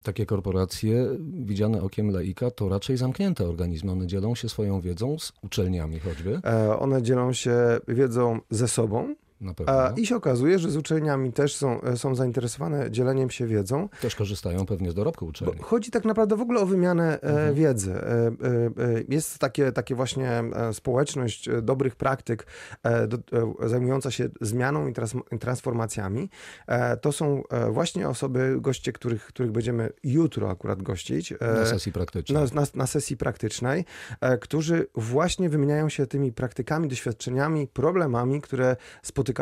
Takie korporacje, widziane okiem laika, to raczej zamknięte organizmy. One dzielą się swoją wiedzą z uczelniami choćby. One dzielą się wiedzą ze sobą. Na pewno. I się okazuje, że z uczelniami też są zainteresowane dzieleniem się wiedzą. Też korzystają pewnie z dorobku uczelni. Bo chodzi tak naprawdę w ogóle o wymianę wiedzy. Jest takie właśnie społeczność dobrych praktyk zajmująca się zmianą i transformacjami. To są właśnie osoby, goście, których będziemy jutro akurat gościć. Na sesji praktycznej. Na sesji praktycznej, którzy właśnie wymieniają się tymi praktykami, doświadczeniami, problemami, które spotykają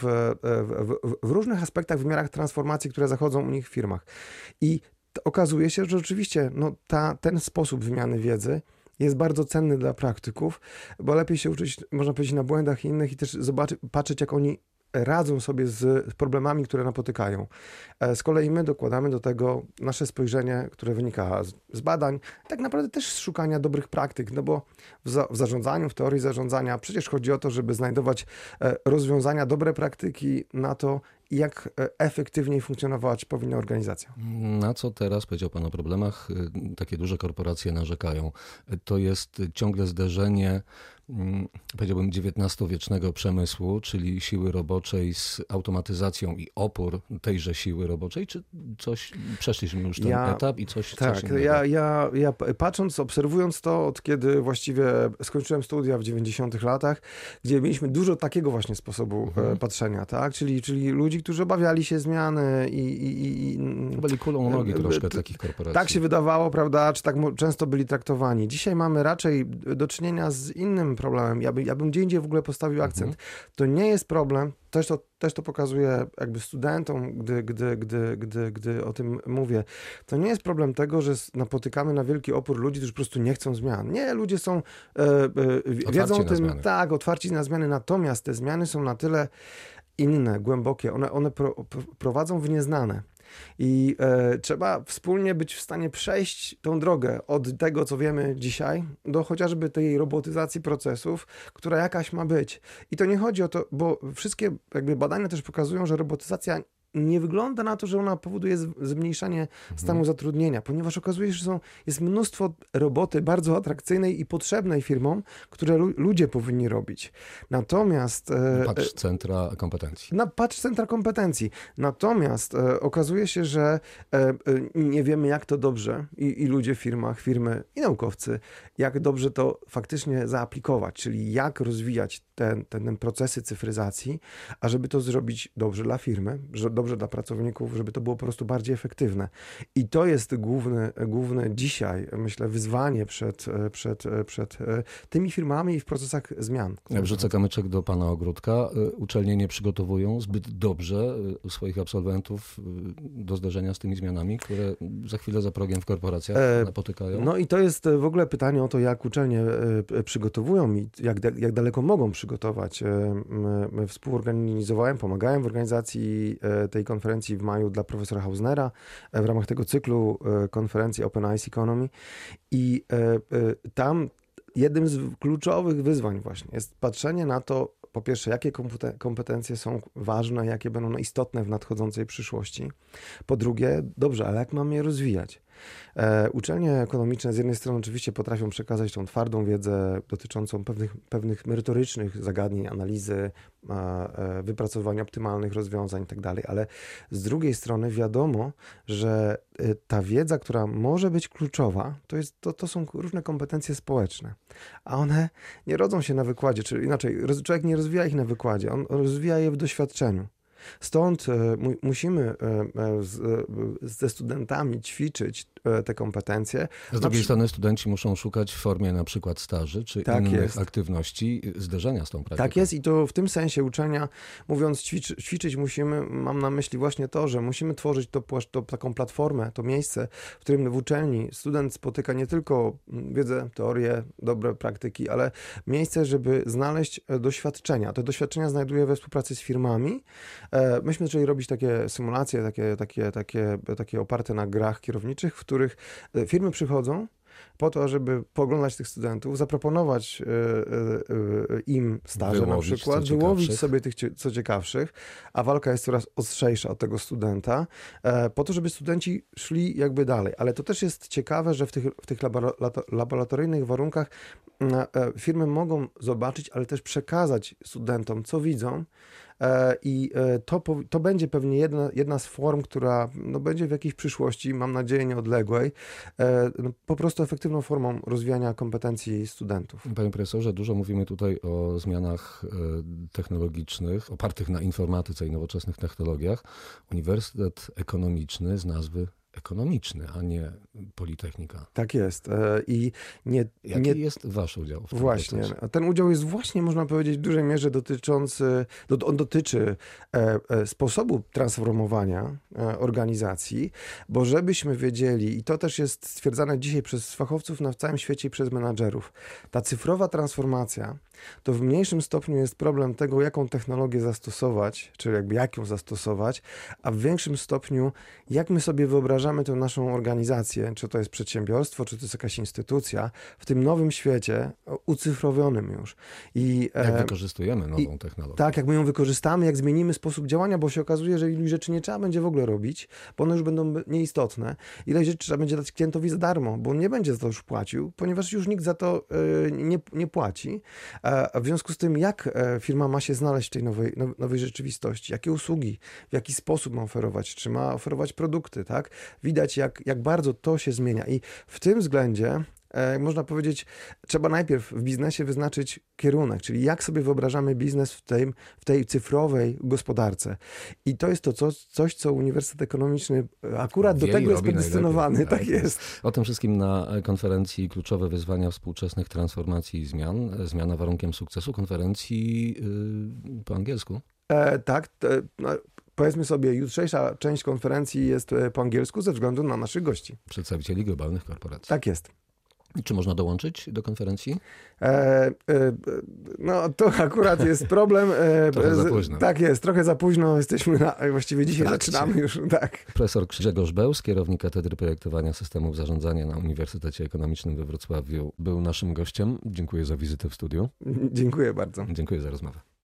w różnych aspektach, wymiarach transformacji, które zachodzą u nich w firmach. I okazuje się, że rzeczywiście ten sposób wymiany wiedzy jest bardzo cenny dla praktyków, bo lepiej się uczyć, można powiedzieć, na błędach innych i też patrzeć, jak oni radzą sobie z problemami, które napotykają. Z kolei my dokładamy do tego nasze spojrzenie, które wynika z badań, tak naprawdę też z szukania dobrych praktyk, no bo w zarządzaniu, w teorii zarządzania przecież chodzi o to, żeby znajdować rozwiązania, dobre praktyki na to, jak efektywniej funkcjonować powinna organizacja. Na co teraz, powiedział Pan o problemach, takie duże korporacje narzekają. To jest ciągle zderzenie, powiedziałbym, XIX-wiecznego przemysłu, czyli siły roboczej z automatyzacją i opór tejże siły roboczej, czy coś, przeszliśmy już ten etap i coś innego? Ja patrząc, obserwując to, od kiedy właściwie skończyłem studia w 90-tych latach, gdzie mieliśmy dużo takiego właśnie sposobu patrzenia, tak? Czyli ludzi, którzy obawiali się zmiany i byli kulą nogi troszkę takich korporacji. Tak się wydawało, prawda? Czy tak często byli traktowani. Dzisiaj mamy raczej do czynienia z innym problemem. Ja bym gdzie indziej w ogóle postawił akcent. To nie jest problem, też to pokazuję jakby studentom, gdy o tym mówię. To nie jest problem tego, że napotykamy na wielki opór ludzi, którzy po prostu nie chcą zmian. Nie, ludzie są wiedzą o tym, tak, otwarci na zmiany, natomiast te zmiany są na tyle inne, głębokie, one prowadzą w nieznane. I trzeba wspólnie być w stanie przejść tą drogę od tego, co wiemy dzisiaj, do chociażby tej robotyzacji procesów, która jakaś ma być. I to nie chodzi o to, bo wszystkie jakby badania też pokazują, że robotyzacja nie wygląda na to, że ona powoduje zmniejszanie stanu zatrudnienia, ponieważ okazuje się, że jest mnóstwo roboty bardzo atrakcyjnej i potrzebnej firmom, które ludzie powinni robić. Natomiast... Patrz centra kompetencji. Patrz centra kompetencji. Natomiast okazuje się, że nie wiemy, jak to dobrze i ludzie w firmach, firmy i naukowcy, jak dobrze to faktycznie zaaplikować, czyli jak rozwijać te procesy cyfryzacji, a żeby to zrobić dobrze dla firmy, dobrze dla pracowników, żeby to było po prostu bardziej efektywne. I to jest główne dzisiaj, myślę, wyzwanie przed tymi firmami i w procesach zmian. Ja wrzucę kamyczek do pana ogródka. Uczelnie nie przygotowują zbyt dobrze swoich absolwentów do zdarzenia z tymi zmianami, które za chwilę za progiem w korporacjach napotykają. No i to jest w ogóle pytanie o to, jak uczelnie przygotowują i jak daleko mogą przygotować. Współorganizowałem, pomagałem w organizacji tej konferencji w maju dla profesora Hausnera w ramach tego cyklu konferencji Open Eyes Economy i tam jednym z kluczowych wyzwań właśnie jest patrzenie na to, po pierwsze, jakie kompetencje są ważne, jakie będą istotne w nadchodzącej przyszłości. Po drugie, dobrze, ale jak mamy je rozwijać? Uczelnie ekonomiczne z jednej strony oczywiście potrafią przekazać tą twardą wiedzę dotyczącą pewnych merytorycznych zagadnień, analizy, wypracowania optymalnych rozwiązań itd., ale z drugiej strony wiadomo, że ta wiedza, która może być kluczowa, to są różne kompetencje społeczne, a one nie rodzą się na wykładzie, czyli inaczej, człowiek nie rozwija ich na wykładzie, on rozwija je w doświadczeniu. Stąd musimy ze studentami ćwiczyć te kompetencje. Z drugiej strony studenci muszą szukać w formie na przykład staży czy innych aktywności zderzenia z tą praktyką. Tak jest i to w tym sensie uczenia, mówiąc ćwiczyć musimy, mam na myśli właśnie to, że musimy tworzyć taką platformę, to miejsce, w którym w uczelni student spotyka nie tylko wiedzę, teorię, dobre praktyki, ale miejsce, żeby znaleźć doświadczenia. Te doświadczenia znajduje we współpracy z firmami. Myśmy zaczęli robić takie symulacje, takie oparte na grach kierowniczych, w których firmy przychodzą po to, żeby pooglądać tych studentów, zaproponować im staże na przykład, wyłowić sobie tych co ciekawszych, a walka jest coraz ostrzejsza od tego studenta, po to, żeby studenci szli jakby dalej. Ale to też jest ciekawe, że w tych laboratoryjnych warunkach firmy mogą zobaczyć, ale też przekazać studentom, co widzą, i to będzie pewnie jedna z form, która będzie w jakiejś przyszłości, mam nadzieję nieodległej, po prostu efektywną formą rozwijania kompetencji studentów. Panie profesorze, dużo mówimy tutaj o zmianach technologicznych, opartych na informatyce i nowoczesnych technologiach. Uniwersytet Ekonomiczny z nazwy ekonomiczny, a nie Politechnika. Tak jest. Jaki jest wasz udział w tym Właśnie. procesie? Ten udział jest właśnie, można powiedzieć, w dużej mierze on dotyczy sposobu transformowania organizacji, bo żebyśmy wiedzieli, i to też jest stwierdzane dzisiaj przez fachowców na całym świecie i przez menadżerów, ta cyfrowa transformacja to w mniejszym stopniu jest problem tego, jaką technologię zastosować, czy jakby jak ją zastosować, a w większym stopniu, jak my sobie wyobrażamy tę naszą organizację, czy to jest przedsiębiorstwo, czy to jest jakaś instytucja, w tym nowym świecie, ucyfrowionym już. Jak wykorzystujemy nową technologię. Tak, jak my ją wykorzystamy, jak zmienimy sposób działania, bo się okazuje, że iluś rzeczy nie trzeba będzie w ogóle robić, bo one już będą nieistotne. Ile rzeczy trzeba będzie dać klientowi za darmo, bo on nie będzie za to już płacił, ponieważ już nikt za to nie płaci. A w związku z tym, jak firma ma się znaleźć w tej nowej rzeczywistości, jakie usługi, w jaki sposób ma oferować, czy ma oferować produkty, tak? Widać, jak bardzo to się zmienia i w tym względzie można powiedzieć, trzeba najpierw w biznesie wyznaczyć kierunek, czyli jak sobie wyobrażamy biznes w tej cyfrowej gospodarce. I to jest coś, co Uniwersytet Ekonomiczny akurat do tego jest predestynowany. Tak jest. O tym wszystkim na konferencji Kluczowe wyzwania współczesnych transformacji i zmian. Zmiana warunkiem sukcesu konferencji po angielsku. Tak. Powiedzmy sobie, jutrzejsza część konferencji jest po angielsku ze względu na naszych gości. Przedstawicieli globalnych korporacji. Tak jest. Czy można dołączyć do konferencji? No to akurat jest problem. Trochę za późno. Tak jest, trochę za późno. Jesteśmy właściwie dzisiaj zaczynamy już. Tak. Profesor Grzegorz Bełz, kierownik Katedry Projektowania Systemów Zarządzania na Uniwersytecie Ekonomicznym we Wrocławiu, był naszym gościem. Dziękuję za wizytę w studiu. Dziękuję bardzo. Dziękuję za rozmowę.